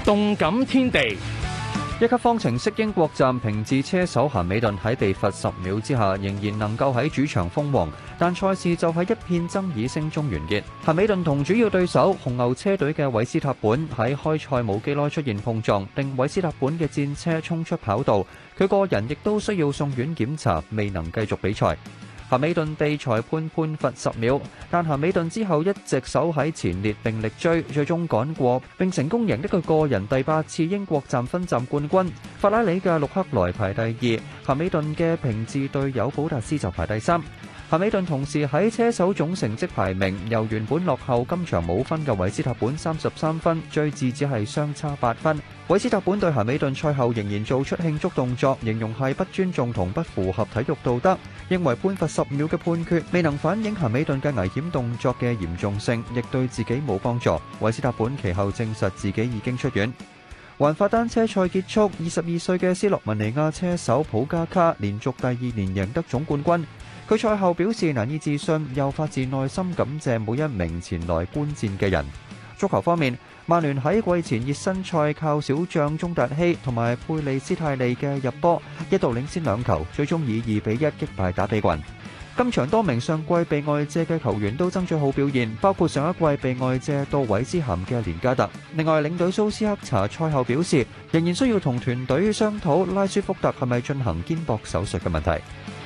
動感天地。 一級方程式英國站平治車手咸美頓喺被罰10秒之下，仍然能夠喺主場封王，但賽事就喺一片爭議聲中完結。咸美頓同主要對手紅牛車隊嘅韋斯塔本喺開賽冇幾耐出現碰撞，令韋斯塔本嘅戰車衝出跑道，佢個人亦都需要送院檢查，未能繼續比賽。咸美頓被裁判判罰10秒，但咸美頓之後一直守喺前列並力追，最終趕過並成功贏得佢個人第8次英國站分站冠軍。法拉利嘅陸克萊排第2，咸美頓嘅平治隊友保達斯就排第3。咸美頓同時喺車手總成績排名由原本落後今場冇分嘅韋斯塔本33分，追至只係相差8分。韋斯塔本對咸美頓賽後仍然做出慶祝動作，形容係不尊重同不符合體育道德，認為判罰10秒嘅判決未能反映咸美頓嘅危險動作嘅嚴重性，亦對自己冇幫助。韋斯塔本其後證實自己已經出院。環法單車賽結束，22歲嘅斯洛文尼亞車手普加卡連續第2年贏得總冠軍。佢賽後表示難以置信，又發自內心感謝每一名前來觀戰嘅人。足球方面，曼聯喺季前熱身賽靠小將中達希同埋佩利斯泰利嘅入波，一度領先2球，最終以2比1擊敗打比郡。今場多名上季被外借嘅球員都爭取好表現，包括上一季被外借到韋斯咸嘅連加特。另外，領隊蘇斯克查賽後表示，仍然需要同團隊商討拉舒福特係咪進行肩膊手術嘅問題。